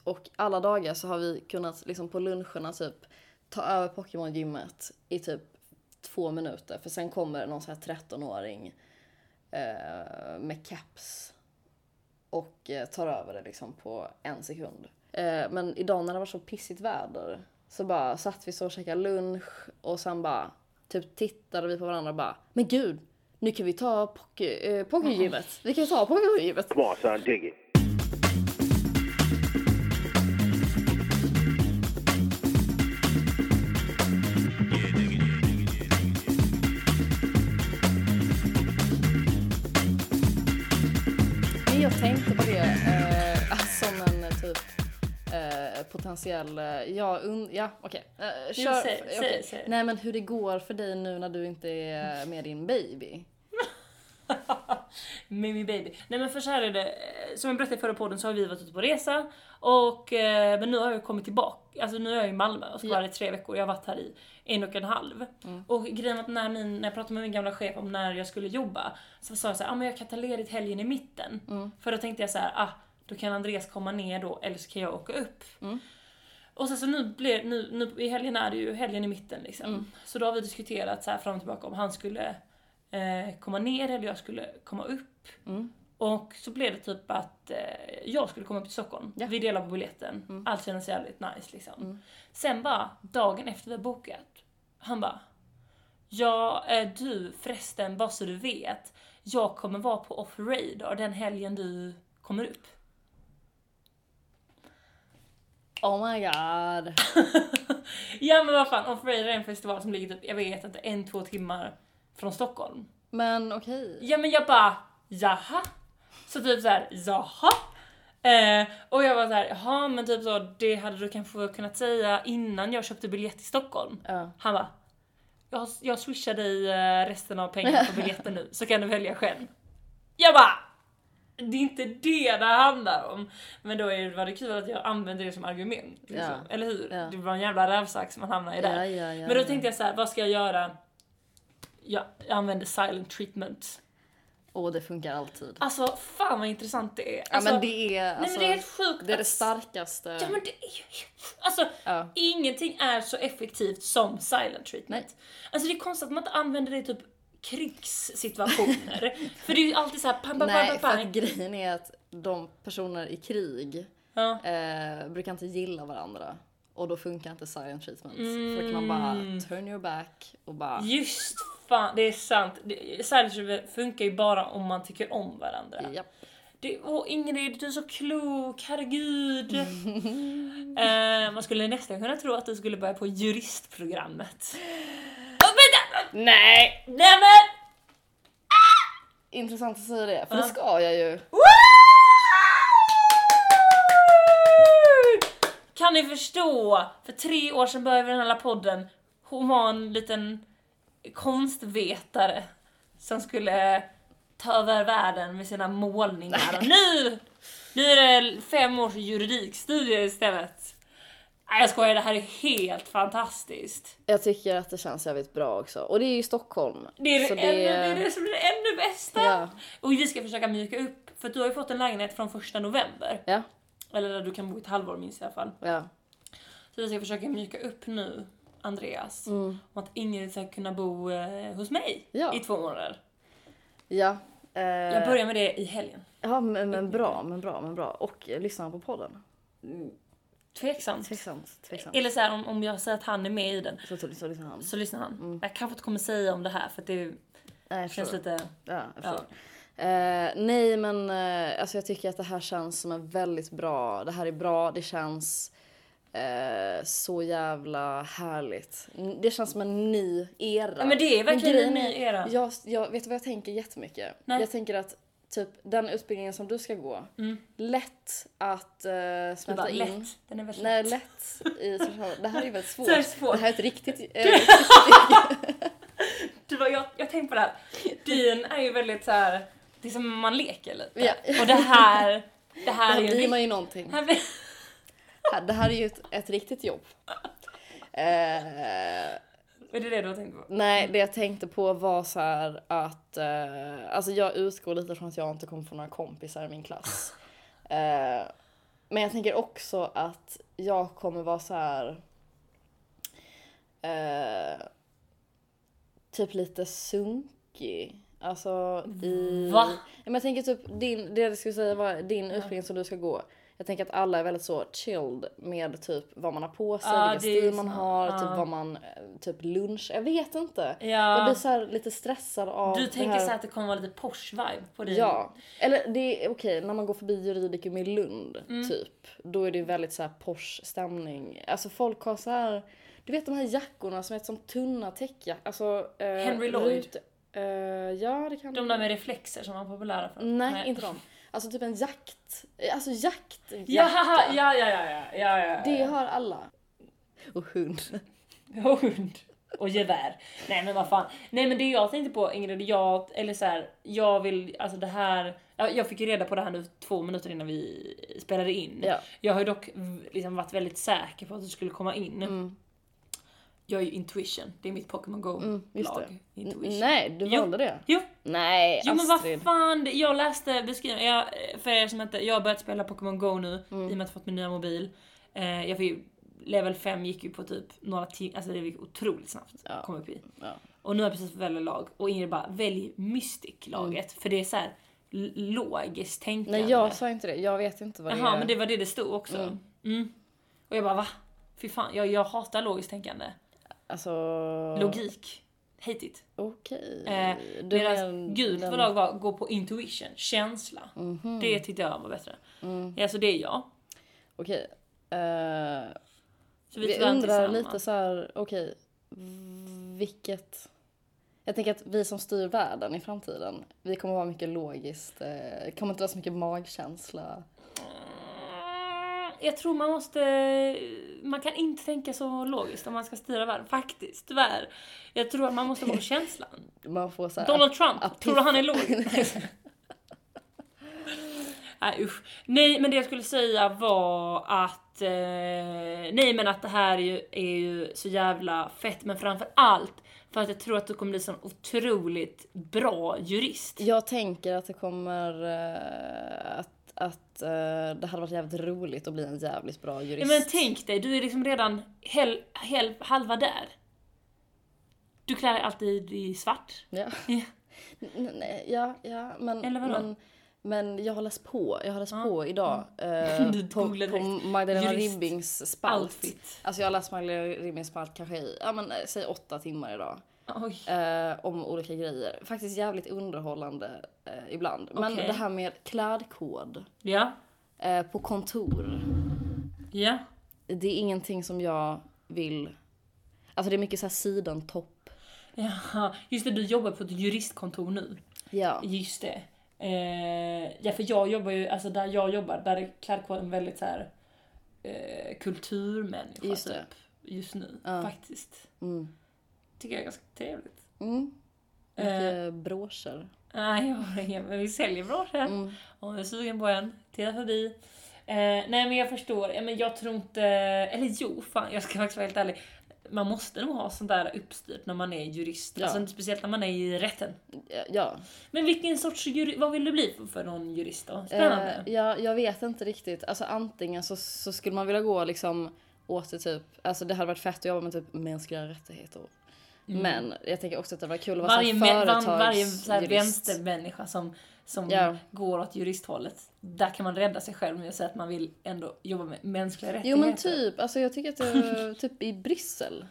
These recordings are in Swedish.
Och alla dagar så har vi kunnat liksom på luncherna typ ta över Pokémon-gymmet i typ 2 minuter. För sen kommer någon så här 13-åring med caps och tar över det liksom på 1 sekund. Men idag när det var så pissigt väder så bara satt vi så och käkade lunch och sen bara typ tittade vi på varandra och bara, men gud, nu kan vi ta Pokémon-gymmet. Vi kan ta Pokémon-gymmet. Come on, son, dig it. Jag tänkte på det som en typ potentiell... okej. Säg. Nej, men hur det går för dig nu när du inte är med din baby. Med min baby. Nej, men för så här är det, som jag berättade i förra podden så har vi varit ute på resa och men nu har jag kommit tillbaka. Alltså nu är jag i Malmö och ska vara i 3 veckor. Jag har varit här i 1,5. Och grejen var att när jag pratade med min gamla chef om när jag skulle jobba så sa jag så här, men jag kan ta ledigt helgen i mitten. För då tänkte jag så här, då kan Andreas komma ner då eller så kan jag åka upp. Och så nu i helgen är det ju helgen i mitten liksom. Så då har vi diskuterat så här fram och tillbaka om han skulle komma ner eller jag skulle komma upp. Och så blev det typ att jag skulle komma upp till Stockholm. Vi delar på biljetten. Allt kändes jävligt nice liksom. Sen bara dagen efter vi har bokat, han bara, ja du förresten, bara så du vet, jag kommer vara på Off Radar den helgen du kommer upp. Oh my god. Ja, men vad fan, Off Radar är en festival som ligger typ, jag vet inte, 1-2 timmar från Stockholm. Men okej. Ja, men jag bara, jaha. Så typ så här, jaha. Och jag var så här, jaha, men typ så, det hade du kanske kunnat säga innan jag köpte biljett till Stockholm. Han bara, jag swishar dig resten av pengarna på biljetten nu, så kan du välja själv. Jag bara, det är inte det handlar om. Men då var det kul att jag använde det som argument. Liksom. Eller hur? Ja. Det var en jävla rävsax man hamnar i där. Ja, men då tänkte jag så här, vad ska jag göra? Jag använder silent treatment. Och det funkar alltid. Alltså, fan vad intressant det är. Alltså, ja, men det är... nej, men det är helt sjukt. Det är det starkaste. Ja, men det är... Alltså, ingenting är så effektivt som silent treatment. Nej. Alltså, det är konstigt att man inte använder det i typ krigssituationer. För det är ju alltid så här... Nej, för att grejen är att de personer i krig brukar inte gilla varandra. Och då funkar inte silent treatment. För då kan man bara turn your back och bara... Just fan, det är sant. Silent treatment funkar ju bara om man tycker om varandra. Japp. Ingrid, du är så klok, herregud. Man skulle nästan kunna tro att du skulle börja på juristprogrammet. Nej, men... Intressant att säga det, för det ska jag ju. Kan ni förstå? För 3 år sedan började vi den här podden. Hon var en liten konstvetare som skulle ta över världen med sina målningar. Och nu är det 5 års juridikstudier istället. Nej, jag skojar, det här är helt fantastiskt. Jag tycker att det känns jävligt bra också. Och det är ju Stockholm. Det är det som är det ännu bästa. Ja. Och vi ska försöka mjuka upp. För du har ju fått en lägenhet från 1 november. Ja. Eller där du kan bo ett halvår minst i alla fall. Ja. Så vi ska försöka mjuka upp nu, Andreas. Om att Ingrid ska kunna bo hos mig i 2 månader. Ja. Jag börjar med det i helgen. Ja, men bra. Och lyssna på podden. Tveksamt. Eller så här, om jag säger att han är med i den. Så lyssnar han. Jag kanske inte kommer säga om det här för att det känns lite... Ja. Nej, men alltså jag tycker att det här känns som en väldigt bra... Det här är bra, det känns så jävla härligt. Det känns som en ny era. Ja, men det är verkligen en ny era. Jag vet vad jag tänker jättemycket. Nej. Jag tänker att typ den utbildningen som du ska gå, lätt att smälta in. Lätt. Den är väldigt Nej, lätt i det här är väldigt svårt. Det är svårt. Det här är ett riktigt jag tänkte på det här. Din är ju väldigt så här, det är som man leker lite. Ja. Och det här är ju blir man ju någonting. Det här är ju ett riktigt jobb. Är det du tänkte på? Nej, det jag tänkte på var så här att alltså jag utgår lite från att jag inte kommer få några kompisar i min klass. Men jag tänker också att jag kommer vara så här typ lite sunkig. Alltså Va? Men jag tänker typ det jag skulle säga var din utbildning som du ska gå. Jag tänker att alla är väldigt så chilled med typ vad man har på sig, vilken stil man har, typ vad man, typ lunch, jag vet inte. Jag blir så här lite stressad av Du det tänker här. så att det kommer vara lite Porsche-vibe på dig. Ja, eller det är okej, när man går förbi Juridikum i Lund typ, då är det väldigt så här Porsche-stämning. Alltså folk har så här, du vet de här jackorna som är som tunna täckjackor, alltså Henry Lloyd. Ja, det kan De där med reflexer som var populära för. Nej, inte de. Alltså typ en jakt. Alltså jaktjacka. Ja. Det har alla. Och hund. Och hund. Och gevär. Nej men vad fan. Nej men det jag tänkte på Ingrid, jag vill, alltså det här, jag fick ju reda på det här nu 2 minuter innan vi spelade in. Ja. Jag har ju dock liksom varit väldigt säker på att du skulle komma in. Jag är ju Intuition, det är mitt Pokémon Go-lag. Intuition. Nej, du valde det? Jo. Nej, Jo men Astrid. vad fan, jag läste beskrivningen, för er som inte, jag har börjat spela Pokémon Go nu, i och med att jag fått min nya mobil. Jag fick level 5 gick ju på typ några timmar, alltså det gick otroligt snabbt, kom upp i. Ja. Och nu har jag precis väldigt lag, och Ingrid bara, välj Mystic-laget, för det är så här logiskt tänkande. Nej, jag sa inte det, jag vet inte vad det är. Jaha, men det var det stod också. Och jag bara, va? Fy fan, jag hatar logiskt tänkande. Alltså... Logik. Hate it. Okej. Medan gult förlag var gå på intuition, känsla. Det tyckte jag var bättre. Alltså det är jag. Okej. Så Vi undrar lite så här, okej, vilket... Jag tänker att vi som styr världen i framtiden, vi kommer vara mycket logiskt, kommer inte vara så mycket magkänsla. Jag tror man kan inte tänka så logiskt om man ska styra världen, faktiskt, tyvärr. Jag tror att man måste vara på känslan. Man får så här, Donald Trump, tror du han är logisk? Nej, usch. Nej, men det jag skulle säga var att att det här är ju så jävla fett, men framför allt för att jag tror att du kommer bli så otroligt bra jurist. Jag tänker att det kommer att det hade varit jävligt roligt att bli en jävligt bra jurist. Ja, men tänk dig, du är liksom redan halva där. Du klär dig alltid i svart. Ja. Nej, ja, men... Eller vadå? Men jag har läst på idag på Magdalena Jurist. Ribbings spalt. Outfit. Alltså jag har läst Magdalena Ribbings spalt kanske i, säg 8 timmar idag. Oj. Om olika grejer. Faktiskt jävligt underhållande ibland. Men Okej. det här med klädkod Ja. på kontor. Ja. Det är ingenting som jag vill... Alltså det är mycket så här sidentopp. Ja, just det, du jobbar på ett juristkontor nu. Ja. Just det. Ja, för jag jobbar ju, alltså där jag jobbar, där är klädkoden väldigt så här kulturmänniska Just typ, det. just nu, faktiskt. Tycker jag är ganska trevligt. Mycket broscher. Nej, jag har ingen, men vi säljer broscher. Om du är sugen på en, titta förbi. Nej, men jag förstår, men jag tror inte, eller jo, fan, jag ska faktiskt vara helt ärlig. Man måste nog ha sånt där uppstyrt när man är jurist. Ja. Alltså speciellt när man är i rätten. Ja. Men vilken sorts jurist, vad vill du bli för någon jurist då? Spännande. Jag vet inte riktigt. Alltså antingen så skulle man vilja gå liksom åt det typ, alltså det hade varit fett att jobba med typ mänskliga rättigheter. Men jag tänker också att det var kul att vara varje så här företagsjurist. vänstermänniska som går åt juristhållet. Där kan man rädda sig själv med att säga att man vill ändå jobba med mänskliga rättigheter. Jo men typ, alltså jag tycker att det är typ i Bryssel.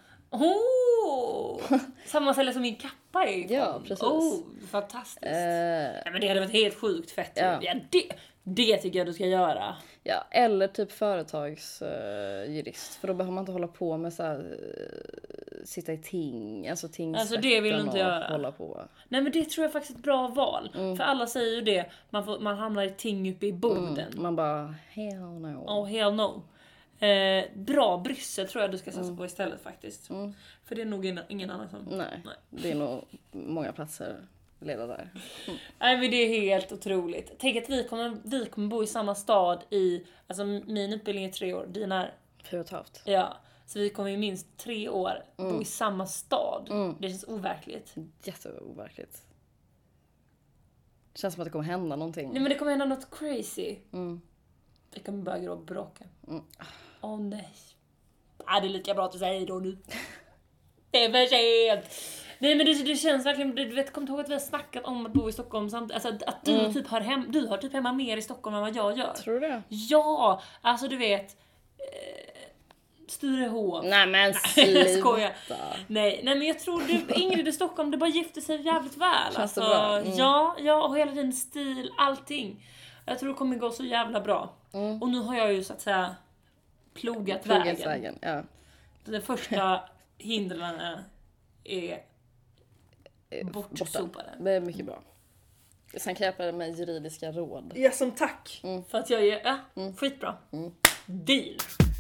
Samma ställe som min kappa är ifrån. Ja, precis. Fantastiskt. Ja, men det hade varit helt sjukt fett. Ja. Ja, det tycker jag du ska göra. Ja, eller typ företagsjurist. För då behöver man inte hålla på med så här, sitta i tingsrätten. Alltså det vill du inte göra. Hålla på. Nej, men det tror jag faktiskt är ett bra val. För alla säger ju det. Man hamnar i ting uppe i Boden. Man bara, hell no. Oh, hell no. Bra Bryssel tror jag du ska satsa på istället faktiskt. För det är nog ingen annan som... Nej, det är nog många platser leda där. Nej, men det är helt otroligt. Tänk att vi kommer bo i samma stad i... Alltså min utbildning är 3 år, din är... 4,5. Ja, så vi kommer i minst 3 år bo i samma stad. Det känns overkligt. Jätteoverkligt. Det känns som att det kommer hända någonting. Nej, men det kommer hända något crazy. Jag kommer börja gråta och bråka. Mm. Nej. Det är lika bra att du säger då nu. Det är för sent. Nej, men det känns verkligen, du vet, kom ihåg att vi har snackat om att bo i Stockholm samt, alltså att du typ du har typ hemma mer i Stockholm än vad jag gör. Tror du det? Ja, alltså du vet Sturehof. Nej men Jag skojar. sluta. Nej, men jag tror Ingrid i Stockholm, det bara gifte sig jävligt väl. Känns det Alltså, bra? ja, och hela din stil, allting. Jag tror det kommer gå så jävla bra. Och nu har jag ju så att säga plogat vägen. Ja. Det första hindren är bortsopade. Det är mycket bra. Sen kan jag hjälpa dig med juridiska råd. Ja, som tack. För att jag är skitbra. Deal.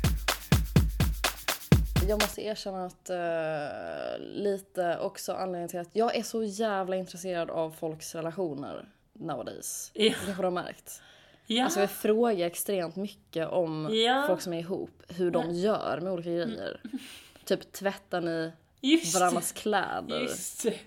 Jag måste erkänna att lite också anledningen till att jag är så jävla intresserad av folks relationer nowadays. Ja. Det har de märkt. Ja. Alltså jag frågar extremt mycket om Ja. folk som är ihop, hur de gör med olika grejer. Typ tvättar ni Just varandras kläder? Just det.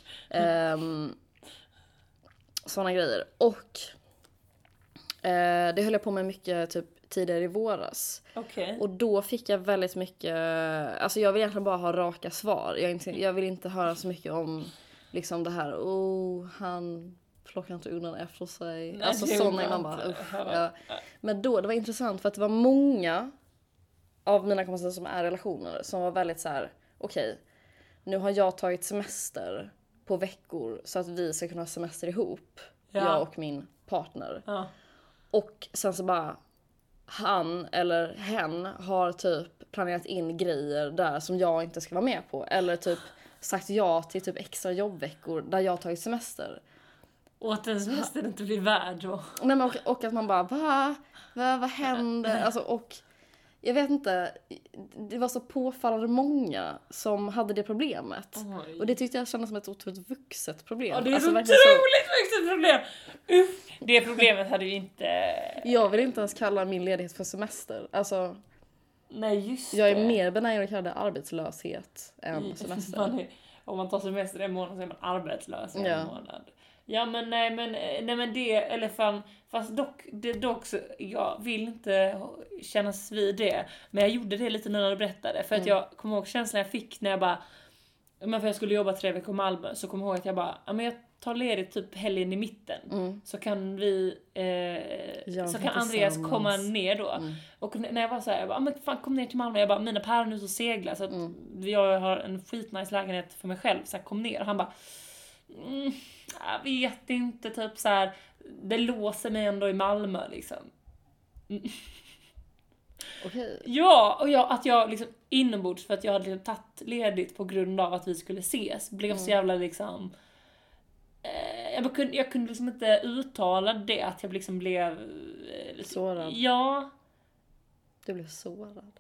Såna grejer. Och det höll jag på med mycket typ tidigare i våras. Okej. Och då fick jag väldigt mycket, alltså jag vill egentligen bara ha raka svar. Jag vill inte höra så mycket om liksom det här, han plockar inte undan efter sig. Nej, alltså det sådana är man bara, inte. ja. Men då, det var intressant för att det var många av mina kompisar som är relationer som var väldigt så här: okej, nu har jag tagit semester på veckor så att vi ska kunna ha semester ihop. Ja. Jag och min partner. Ja. Och sen så bara han eller hen har typ planerat in grejer där som jag inte ska vara med på. Eller typ sagt ja till typ extra jobbveckor där jag har tagit semester. Och att den semestern inte blir värd då. Nej, men och att man bara, vad händer? Alltså, och jag vet inte, det var så påfallande många som hade det problemet. Oj. Och det tyckte jag kändes som ett otroligt vuxet problem. Ja, det är alltså, ett verkligen otroligt vuxet problem. Det problemet hade vi inte... Jag vill inte ens kalla min ledighet för semester. Alltså, Nej, just jag är det. mer benägen att kalla det arbetslöshet än semester. Om man tar semester en månad så är man arbetslös en Ja. månad. Ja, men nej men det, eller fast dock så, jag vill inte kännas vid det. Men jag gjorde det lite när du berättade. För att jag kommer ihåg känslan jag fick när jag bara, men för jag skulle jobba 3 veckor i Malmö. Så kommer jag ihåg att jag bara, ja men jag tar ledigt typ helgen i mitten. Så kan vi, så kan Andreas komma ner då. Och när jag var så här, jag bara, men fan kom ner till Malmö. Jag bara, mina päron nu så seglar. Så att jag har en skitnice lägenhet för mig själv. Så här, kom ner. Och han bara, jag vet inte, typ så här, det låser mig ändå i Malmö liksom. Okej. Ja, och att jag liksom inombords för att jag hade liksom tagit ledigt på grund av att vi skulle ses. Blev så jävla liksom jag kunde liksom inte uttala det, att jag liksom blev Sårad. Ja. Du blev sårad.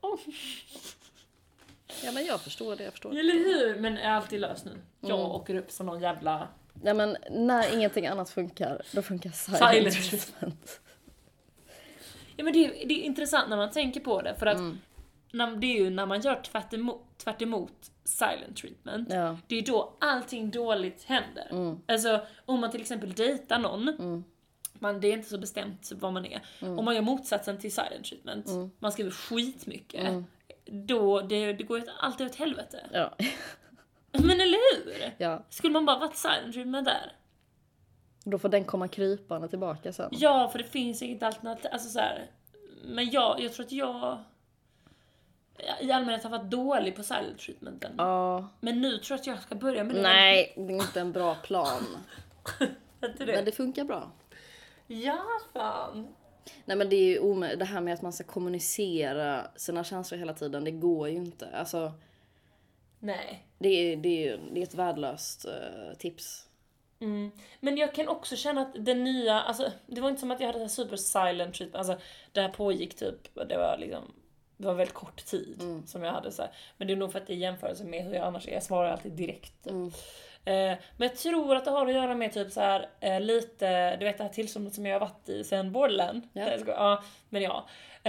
Ja, men jag förstår det, Eller hur? Men är alltid löst nu. Jag åker upp som någon jävla... Ja, men när ingenting annat funkar, då funkar silent treatment. Ja, men det är intressant när man tänker på det. För att det är ju när man gör tvärt emot silent treatment. Ja. Det är då allting dåligt händer. Alltså, om man till exempel dejtar någon. Det är inte så bestämt vad man är. Om man gör motsatsen till silent treatment. Man skriver skitmycket. Då, det går ju alltid åt helvete. Ja. Men eller hur? Ja. Skulle man bara varit silent treatment där? Då får den komma krypande tillbaka sen. Ja, för det finns inget alternativ. Alltså så här, men jag tror att jag i allmänhet har varit dålig på silent treatmenten. Ja. Men nu tror jag att jag ska börja med det. Nej, det är inte en bra plan. Inte Men det funkar bra. Ja, fan. Nej, men det är ju det här med att man ska kommunicera sina känslor hela tiden, det går ju inte. Alltså, Nej. det är ett värdelöst tips. Men jag kan också känna att den nya, alltså det var inte som att jag hade det här super silent treatment, alltså det här pågick typ, det var väldigt kort tid som jag hade så här. Men det är nog för att det är jämförelse med hur jag annars är, jag svarar alltid direkt. Men jag tror att det har att göra med typ så här lite, du vet det här tillståndet som jag har varit i sen Borderland. Ja, men ja.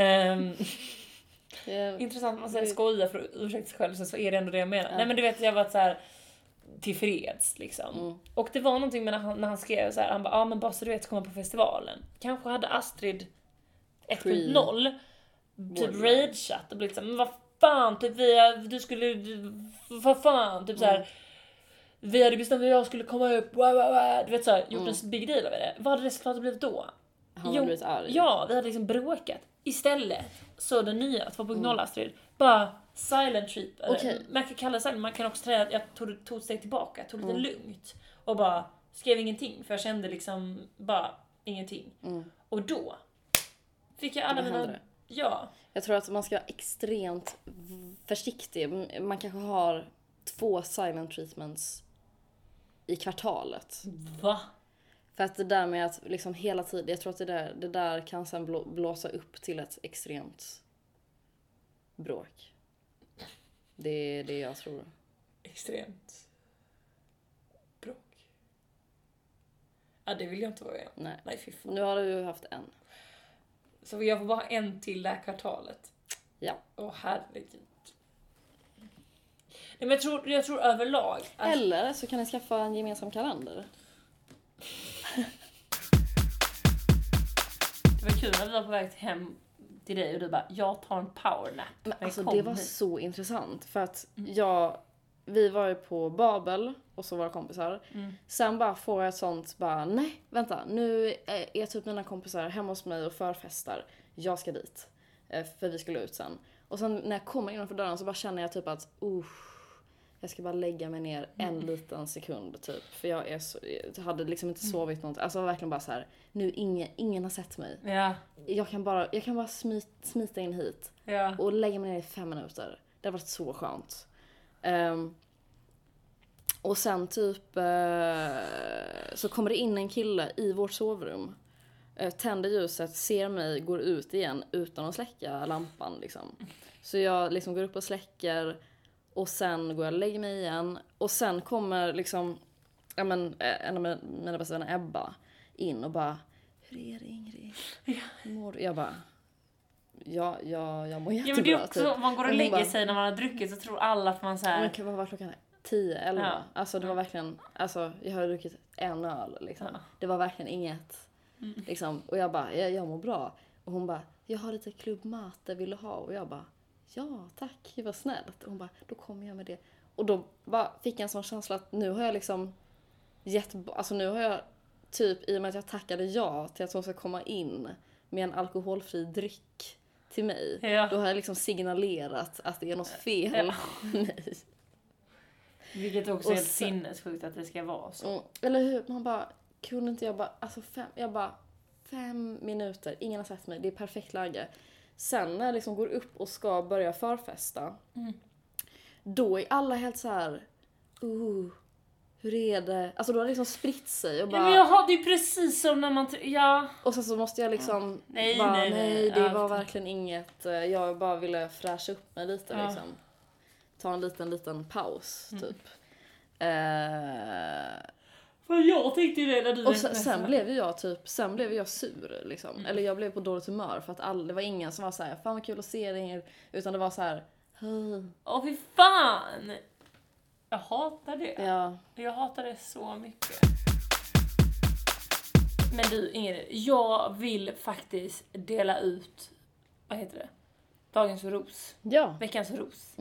Intressant, man säger skoja för att ursäkta sig själv, så är det ändå det jag menar. Nej, men du vet, jag har varit så här tillfreds liksom. Och det var någonting med när han skrev så här, han bara, men bara så du vet, komma på festivalen. Kanske hade Astrid 1.0 typ rageat och blivit såhär, men vad fan, typ vad fan, typ såhär, vi hade bestämt att jag skulle komma upp, du vet såhär, gjort en big deal över det. Vad hade resultatet blivit då? Han hade blivit arg. Ja, vi hade liksom bråkat. Istället så den nya 2.0 Astrid bara silent treat. Okay. Man kan kalla det silent, man kan också säga att jag tog ett steg tillbaka, jag tog lite lugnt och bara skrev ingenting, för jag kände liksom bara ingenting. Och då fick jag alla mina... Ja. Jag tror att man ska vara extremt försiktig. Man kanske har 2 silent treatments i kvartalet. Va? För att det där med att liksom hela tiden, jag tror att det där kan sen blåsa upp till ett extremt bråk. Det är det jag tror. Extremt bråk. Ja, det vill jag inte vara med. Nej, fy fan. Nu har du ju haft en. Så jag får bara en till det här kvartalet. Ja. Herregud. Nej, men jag tror överlag. Eller så kan ni skaffa en gemensam kalender. Det var kul när vi var på väg hem till dig och du bara, jag tar en powernap. Men alltså det var så intressant för att vi var ju på Babel och så våra kompisar. Sen bara får jag ett sånt bara, nej vänta, nu är typ mina kompisar hemma hos mig och förfestar. Jag ska dit. För vi skulle ut sen. Och sen när jag kommer innanför dörren så bara känner jag typ att jag ska bara lägga mig ner en liten sekund typ. För jag hade liksom inte sovit något. Alltså verkligen bara så här. Nu ingen har sett mig. Ja. Jag kan bara smita in hit. Ja. Och lägga mig ner i 5 minuter. Det har varit så skönt. Och sen typ så kommer det in en kille i vårt sovrum. Tänder ljuset, ser mig, går ut igen utan att släcka lampan liksom. Så jag liksom går upp och släcker. Och sen går jag och lägger mig igen. Och sen kommer liksom en av mina bästa vänner, Ebba, in och bara, hur är det Ingrid? Mår du? Jag bara, jag mår jättebra. Ja, men det är också, typ. om man går och lägger sig när man har druckit så tror alla att man så här... Men vad var klockan? 10, 11. Ja. Alltså det var verkligen, alltså jag har druckit en öl liksom. Ja. Det var verkligen inget liksom. Och jag bara, jag mår bra. Och hon bara, jag har lite klubbmate, vill du ha? Och jag bara, ja tack, det var snällt. Och hon bara, då kommer jag med det. Och då bara fick jag en sån känsla att nu har jag liksom nu har jag typ, i och med att jag tackade ja till att hon ska komma in med en alkoholfri dryck till mig. Ja. Då har jag liksom signalerat att det är något fel. Ja. Nej. Vilket också är helt sinnessjukt att det ska vara så. Eller hur? Man bara, kunde inte jag bara, alltså 5 minuter, ingen har sett mig, det är perfekt läge. Sen när jag liksom går upp och ska börja förfesta, då är alla helt så här, hur är det? Alltså då har det liksom spritt sig och bara... Ja, men det är precis som när man... Ja. Och sen så måste jag liksom... Nej, det var verkligen inget... Jag bara ville fräscha upp mig lite liksom. Ta en liten paus typ. För jag tänkte ju det när du... Och sen blev jag sur liksom. Eller jag blev på dåligt humör för att det var ingen som var så här, fan vad kul att se dig, utan det var så här. Åh fy fan! Jag hatar det. Ja. Jag hatar det så mycket. Men du Ingrid, jag vill faktiskt dela ut, vad heter det? Dagens ros. Ja. Veckans ros.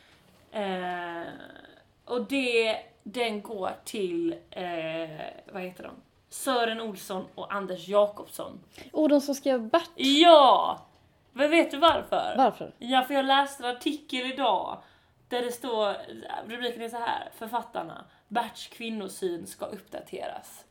Och den går till, vad heter de? Sören Olsson och Anders Jakobsson. De som skrev Bert. Ja! Men vet du varför? Varför? Ja, för jag läste en artikel idag där det står, rubriken är så här, författarna, Berts kvinnosyn ska uppdateras.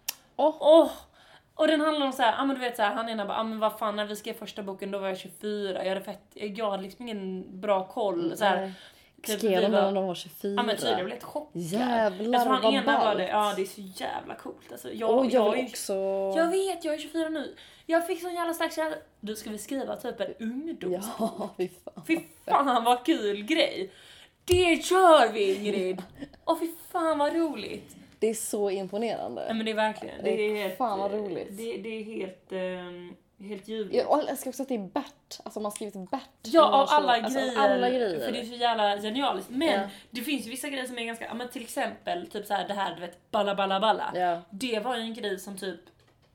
Och den handlar om så här, men du vet så här, han ena bara, men vad fan, när vi skrev första boken då var jag 24. Jag hade liksom ingen bra koll så här. Skrev de när de var 24? Ja men tydligen, jag blev helt chockad. Jävlar, jag han ena var det. Ja, det är så jävla coolt alltså. Jag vet, jag är 24 nu. Jag fick sån jävla stark känsla. Du ska vi skriva typ en ungdomsbok. Ja, fy fan vad kul grej. Det kör vi Ingrid. Och fy fan vad roligt. Det är så imponerande. Ja men det är verkligen. Det är helt, fan vad roligt. Det är helt ljuvligt. Jag ska också att det är Bert. Alltså man har skrivit Bert. Ja, av alla grejer. För det är så jävla genialiskt. Men det finns ju vissa grejer som är ganska... men till exempel typ så här, det här, du vet, balla. Ja. Det var ju en grej som typ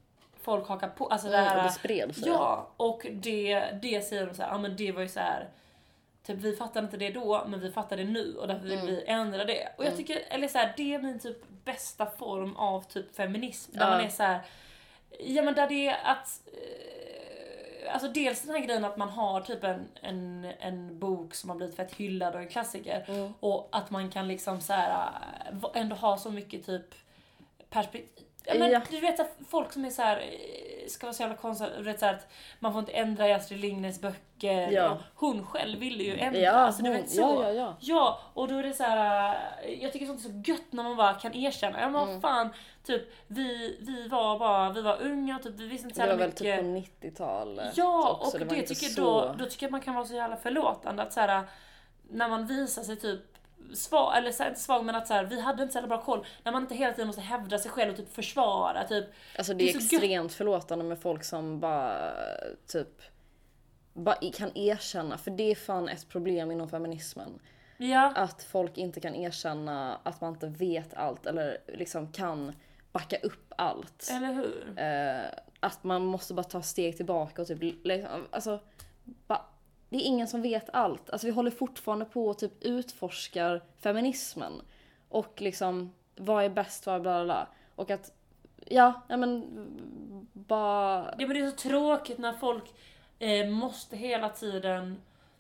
folk hakar på. Alltså det Och här, det spred sig. ja, och det säger de så här, ja men det var ju så här. Typ vi fattade inte det då, men vi fattar det nu och därför vill vi ändra det. Och jag tycker, eller så här, det är min typ bästa form av typ feminism. Där man är så här, ja men där det är att alltså dels den här grejen att man har typ en bok som har blivit fett hyllad och en klassiker. Och att man kan liksom så här ändå ha så mycket typ perspektiv. Ja, men du vet att folk som är så här ska vara så jävla konstigt, så här, att man får inte ändra i Astrid Lindgrens böcker. Ja. Hon själv ville ju ändra. Ja, alltså, du vet så. Ja. Och då är det så här, jag tycker sånt är så gött när man bara kan erkänna. Ja men fan, typ vi var unga, typ vi visste inte så mycket. Det var väl typ på 90-talet. Ja, också. och det tycker så... då tycker jag att man kan vara så jävla förlåtande att så här, när man visar sig typ svag, eller så här, inte svag, men att så här, vi hade inte så bra koll, när man inte hela tiden måste hävda sig själv och typ försvara typ. Alltså det är extremt förlåtande med folk som bara typ bara kan erkänna, för det är fan ett problem inom feminismen. Ja. Att folk inte kan erkänna att man inte vet allt eller liksom kan backa upp allt. Eller hur? Att man måste bara ta steg tillbaka och typ liksom, alltså det är ingen som vet allt. Alltså vi håller fortfarande på och typ utforskar feminismen. Och liksom, vad är bäst, vad är bla bla bla. Och att, ja men bara... Det är så tråkigt när folk måste hela tiden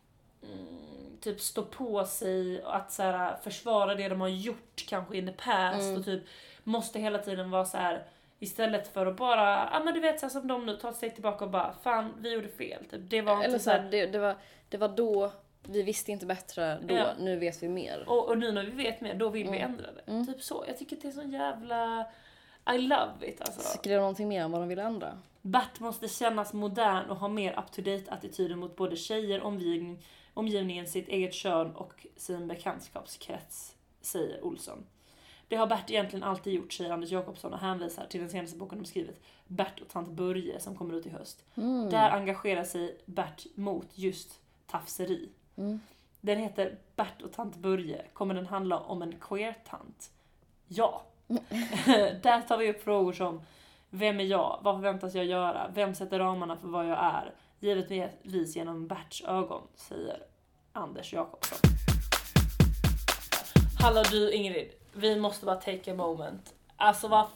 typ stå på sig och att så här, försvara det de har gjort kanske in the past. Och typ måste hela tiden vara så här. Istället för att bara, ja men du vet så här, som de nu tar ett steg tillbaka och bara, fan vi gjorde fel typ. Det var inte eller så här, det var då, vi visste inte bättre då, nu vet vi mer. Och nu när vi vet mer, då vill vi ändra det. Typ så, jag tycker det är så jävla, I love it alltså. Skrev någonting mer om vad de ville ändra? Bert måste kännas modern och ha mer up-to-date attityder mot både tjejer, omgivningen, sitt eget kön och sin bekantskapskrets, säger Olsson. Det har Bert egentligen alltid gjort, säger Anders Jakobsson och hänvisar till den senaste boken de skrivit, Bert och tant Börje, som kommer ut i höst. Där engagerar sig Bert mot just tafseri. Den heter Bert och tant Börje. Kommer den handla om en queer-tant? Ja. Där tar vi upp frågor som: vem är jag? Vad förväntas jag göra? Vem sätter ramarna för vad jag är? Givetvis genom Berts ögon, säger Anders Jakobsson. Hallå du Ingrid, vi måste bara take a moment. Alltså vad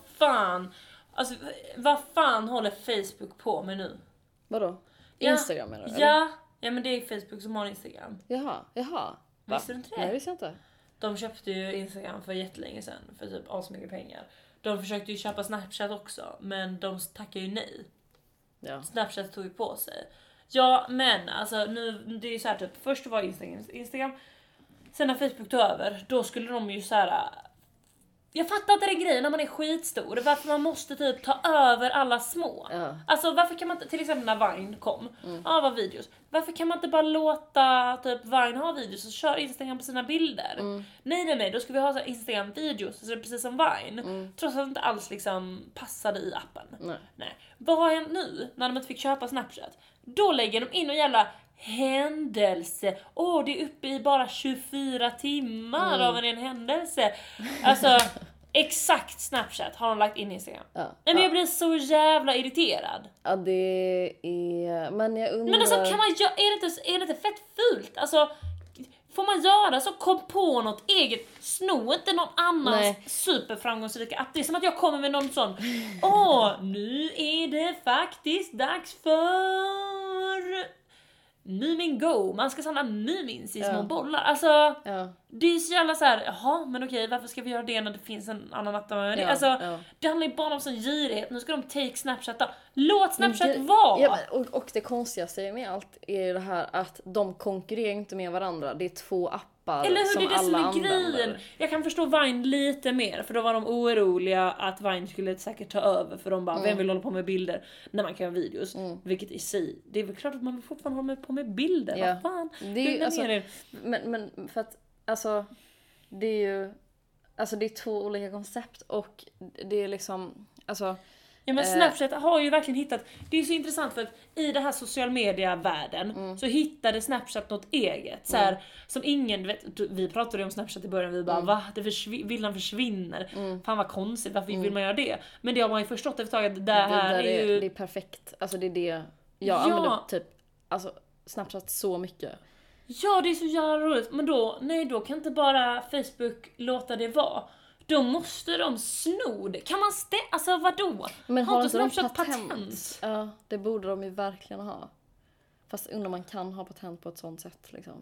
fan håller Facebook på med nu? Vadå? Instagram menar du? Ja men det är Facebook som har Instagram. Jaha. Visste du inte det? Nej, visste jag inte. De köpte ju Instagram för jättelänge sedan för typ asmycket pengar. De försökte ju köpa Snapchat också, men de tackade ju nej. Ja. Snapchat tog ju på sig. Ja, men alltså nu, det är ju så här typ, först var Instagram. Sen när Facebook tog över, då skulle de ju så här. Jag fattar inte den grejen när man är skitstor. Varför man måste typ ta över alla små. Ja. Alltså varför kan man inte, till exempel när Vine kom. Var videos. Varför kan man inte bara låta typ Vine ha videos och köra Instagram på sina bilder? Nej, då ska vi ha så här Instagram videos. Så det är precis som Vine. Trots att det inte alls liksom passade i appen. Nej. Vad har hänt nu när de inte fick köpa Snapchat? Då lägger de in och jävla händelse. Det är uppe i bara 24 timmar av en händelse. Alltså exakt Snapchat har de lagt in i Instagram. Men jag blir så jävla irriterad. Ja, det är... Men jag undrar... Men alltså kan man är det inte fett fult? Alltså får man göra så, kom på något eget. Sno inte någon annans superframgångsrika app. Det är som att jag kommer med någon sån. Nu är det faktiskt dags för Mumin Go. Man ska samla Mumins i små bollar. Alltså det är så jävla så här. Jaha, men okej, varför ska vi göra det när det finns en annan app? Det handlar ju bara om sån girighet. Nu ska de take Snapchat då. Låt Snapchat vara. Ja, och det konstigaste med allt är det här att de konkurrerar inte med varandra. Det är två appar. Eller hur, som det är det alla som är grejen. Jag kan förstå Vine lite mer, för då var de oroliga att Vine skulle säkert ta över, för de bara, vem vill hålla på med bilder när man kan göra videos? Vilket i sig, det är väl klart att man vill fortfarande hålla på med bilder. Vad fan? Det är ju, alltså, men för att alltså det är ju, alltså det är två olika koncept och det är liksom, alltså Ja, men Snapchat har ju verkligen hittat, det är så intressant för att i det här social media-världen så hittade Snapchat något eget så här, som ingen vet. Vi pratade om Snapchat i början, vi bara va? Villan försvinner. Fan vad konstigt, varför vill man göra det? Men det har man ju förstått efter att det här är ju... Det är perfekt, alltså det är det jag använder typ, alltså Snapchat så mycket. Ja, det är så jävla roligt. Men då kan inte bara Facebook låta det vara. Då måste de sno det. Kan man alltså vadå? Men har inte de Snapchat patent? Ja, det borde de ju verkligen ha. Fast undrar om man kan ha patent på ett sånt sätt liksom.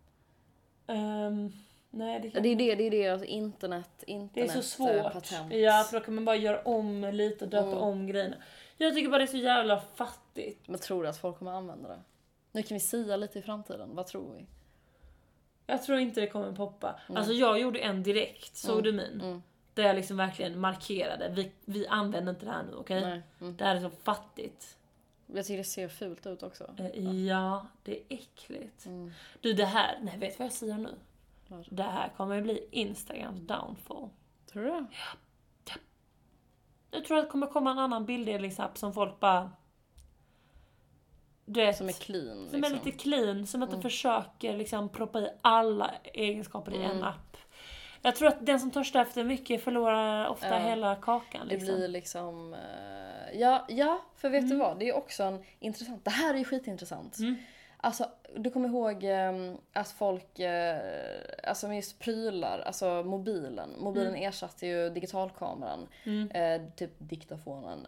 Nej, det kan det är det alltså internet det är så svårt. Patent. Ja, för då kan man bara göra om lite och döpa om grejerna. Jag tycker bara det är så jävla fattigt. Men tror du att folk kommer använda det? Nu kan vi sia lite i framtiden. Vad tror vi? Jag tror inte det kommer poppa. Alltså jag gjorde en direkt, såg du min? Där jag liksom verkligen markerade. Vi använder inte det här nu, okej? Det här är så fattigt. Jag tycker det ser fult ut också. Ja, det är äckligt. Du, det här, nej, vet du vad jag säger nu? Det här kommer att bli Instagrams downfall. Tror du? Ja. Jag tror att det kommer komma en annan bilddelningsapp som folk bara... Som är clean. Som liksom. är lite clean, som att de försöker liksom proppa i alla egenskaper i en app. Jag tror att den som törstar efter mycket förlorar ofta hela kakan. Liksom. Det blir liksom... Ja, för vet du vad? Det är också en intressant... Det här är ju skitintressant. Alltså, du kommer ihåg att folk... alltså med just prylar, alltså mobilen. Mobilen ersatte ju digitalkameran. Typ diktafonen.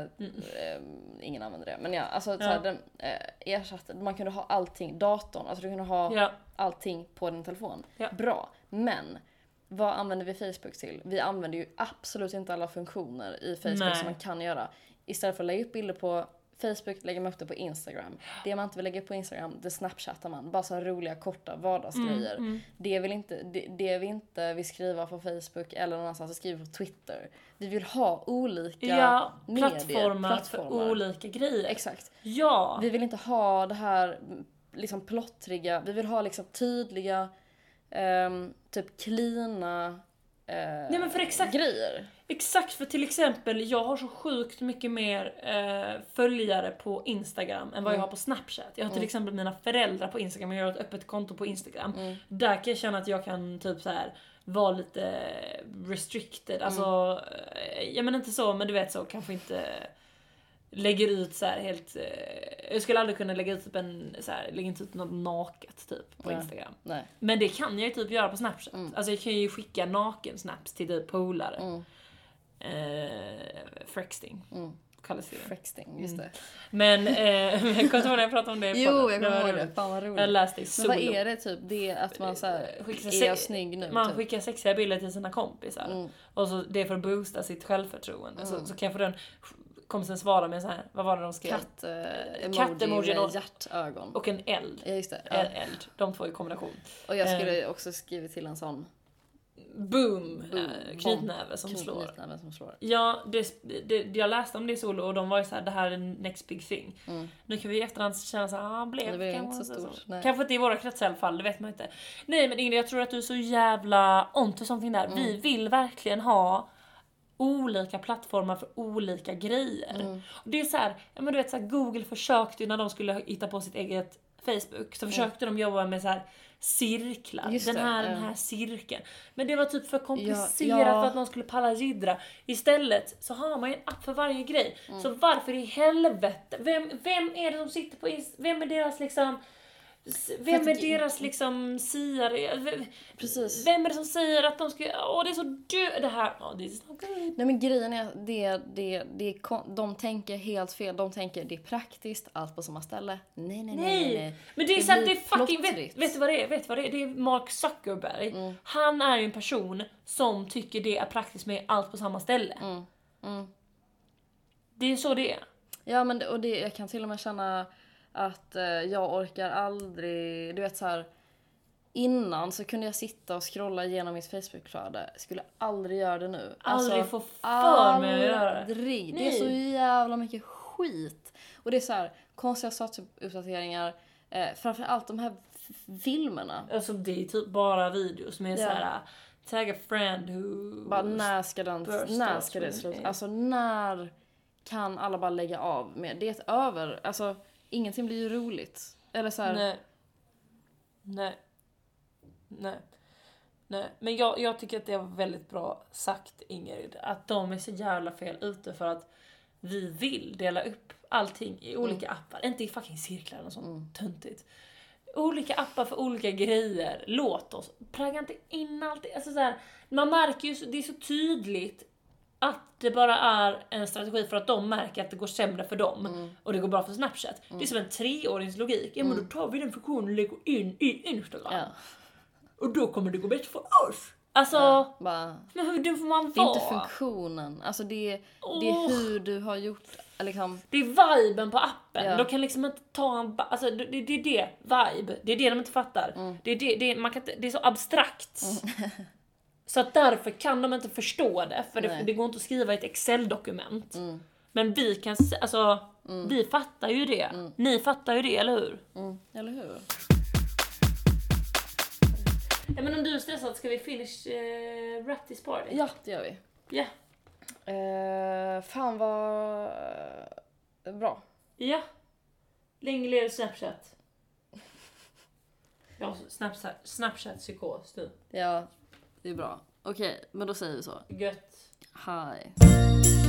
Ingen använder det. Men ja, alltså så här, den ersatte... Man kunde ha allting. Datorn, alltså du kunde ha allting på din telefon. Ja. Bra. Men... Vad använder vi Facebook till? Vi använder ju absolut inte alla funktioner i Facebook som man kan göra. Istället för att lägga upp bilder på Facebook, lägger man upp det på Instagram. Det man inte vill lägga upp på Instagram, det snapchattar man. Bara så roliga, korta vardagsgrejer. Det vill skriva på Facebook eller någonstans, skriva på Twitter. Vi vill ha olika plattformar för olika grejer. Exakt. Ja. Vi vill inte ha det här liksom plottriga. Vi vill ha liksom tydliga... typ cleana nej, men för grejer. Exakt, för till exempel jag har så sjukt mycket mer följare på Instagram än vad jag har på Snapchat. Jag har till exempel mina föräldrar på Instagram, jag har ett öppet konto på Instagram. Där kan jag känna att jag kan typ så här vara lite restricted. Alltså, jag menar inte så, men du vet så kanske inte lägger ut så här helt... jag skulle aldrig kunna lägga ut typ lägga inte ut något naket typ på Instagram. Nej. Men det kan jag ju typ göra på Snapchat. Alltså jag kan ju skicka naken-snaps till typ polare. Frexting. Kallas det. Frexting, just det. Men jag kommer inte ihåg när jag pratade om det. Jo, jag kommer ihåg det. Fan vad roligt. Jag läste i Solo. Men vad är det typ? Det är att man så här, är snygg nu. Man typ. skickar sexiga bilder till sina kompisar. Och så det är för att boosta sitt självförtroende. Så kan jag få den... Kompisen svara med så här, vad var det de skrev? Katt-emoji med hjärtögon. Och en eld. Ja, just det. Ja. Eld. De två i kombination. Och jag skulle också skriva till en sån... Boom. Knytnäve som slår. Ja, jag läste om det i Solo och de var ju så här, det här är next big thing. Nu kan vi i efterhand känna så här, blev det inte så stort. Kanske inte i våra kretsar i alla fall, det vet man inte. Nej, men Ingrid, jag tror att du är så jävla onto something där. Vi vill verkligen ha olika plattformar för olika grejer. Och det är så här, men du vet så här, Google försökte ju när de skulle hitta på sitt eget Facebook, så försökte de jobba med så här cirklar. Den här cirkeln. Men det var typ för komplicerat för att någon skulle palla jiddra. Istället så har man ju en app för varje grej. Så varför i helvete? Vem är det som sitter på vem är deras liksom... Vem är deras liksom siare? Precis. Vem är det som säger att de ska... det är så det här... det är så good. Nej, men grejen är de tänker helt fel. De tänker det är praktiskt, allt på samma ställe. Nej. Men det är så här, det är fucking... Vet du vad det är? Det är Mark Zuckerberg. Han är ju en person som tycker det är praktiskt med allt på samma ställe. Det är så det är. Ja, men jag kan till och med känna... att jag orkar aldrig, du vet så här, innan så kunde jag sitta och scrolla igenom mitt Facebook-flöde. Skulle aldrig göra det nu. Aldrig få för mig att göra det. Det är så jävla mycket skit. Och det är så här, konstiga statusuppdateringar, framförallt de här filmerna. Alltså det är typ bara videos med så här tag a friend who... Bara när ska det sluta? Alltså när kan alla bara lägga av med. Det är ett över, alltså ingenting blir ju roligt. Eller så här. Nej. Men jag tycker att det var väldigt bra sagt, Ingrid. Att de är så jävla fel ute för att vi vill dela upp allting i olika appar. Inte i fucking cirklar och sånt töntigt. Olika appar för olika grejer. Låt oss. Pragga inte in allt. Alltså så här, man märker ju, det är så tydligt att det bara är en strategi för att de märker att det går sämre för dem. Och det går bra för Snapchat. Det är som en 3-årings logik. Ja, men då tar vi den funktionen och lägger in i Instagram. Ja. Och då kommer det gå bättre för oss. Alltså, men hur dum får man vara? Det är inte funktionen. Alltså det är hur du har gjort. Liksom. Det är viben på appen. Ja. De kan liksom inte ta en... Alltså det är det. Vibe. Det är det de inte fattar. Det är så abstrakt. Så att därför kan de inte förstå det. För det går inte att skriva i ett Excel-dokument. Men vi kan... Alltså, vi fattar ju det. Ni fattar ju det, eller hur? Eller hur? Ja, men om du är stressad, ska vi finish wrap this party? Ja, det gör vi. Ja. Fan vad bra. Ja. Länge lever Snapchat. Ja, Snapchat-psykos du. Ja, det är bra. Okej, men då säger vi så. Gött. Hi.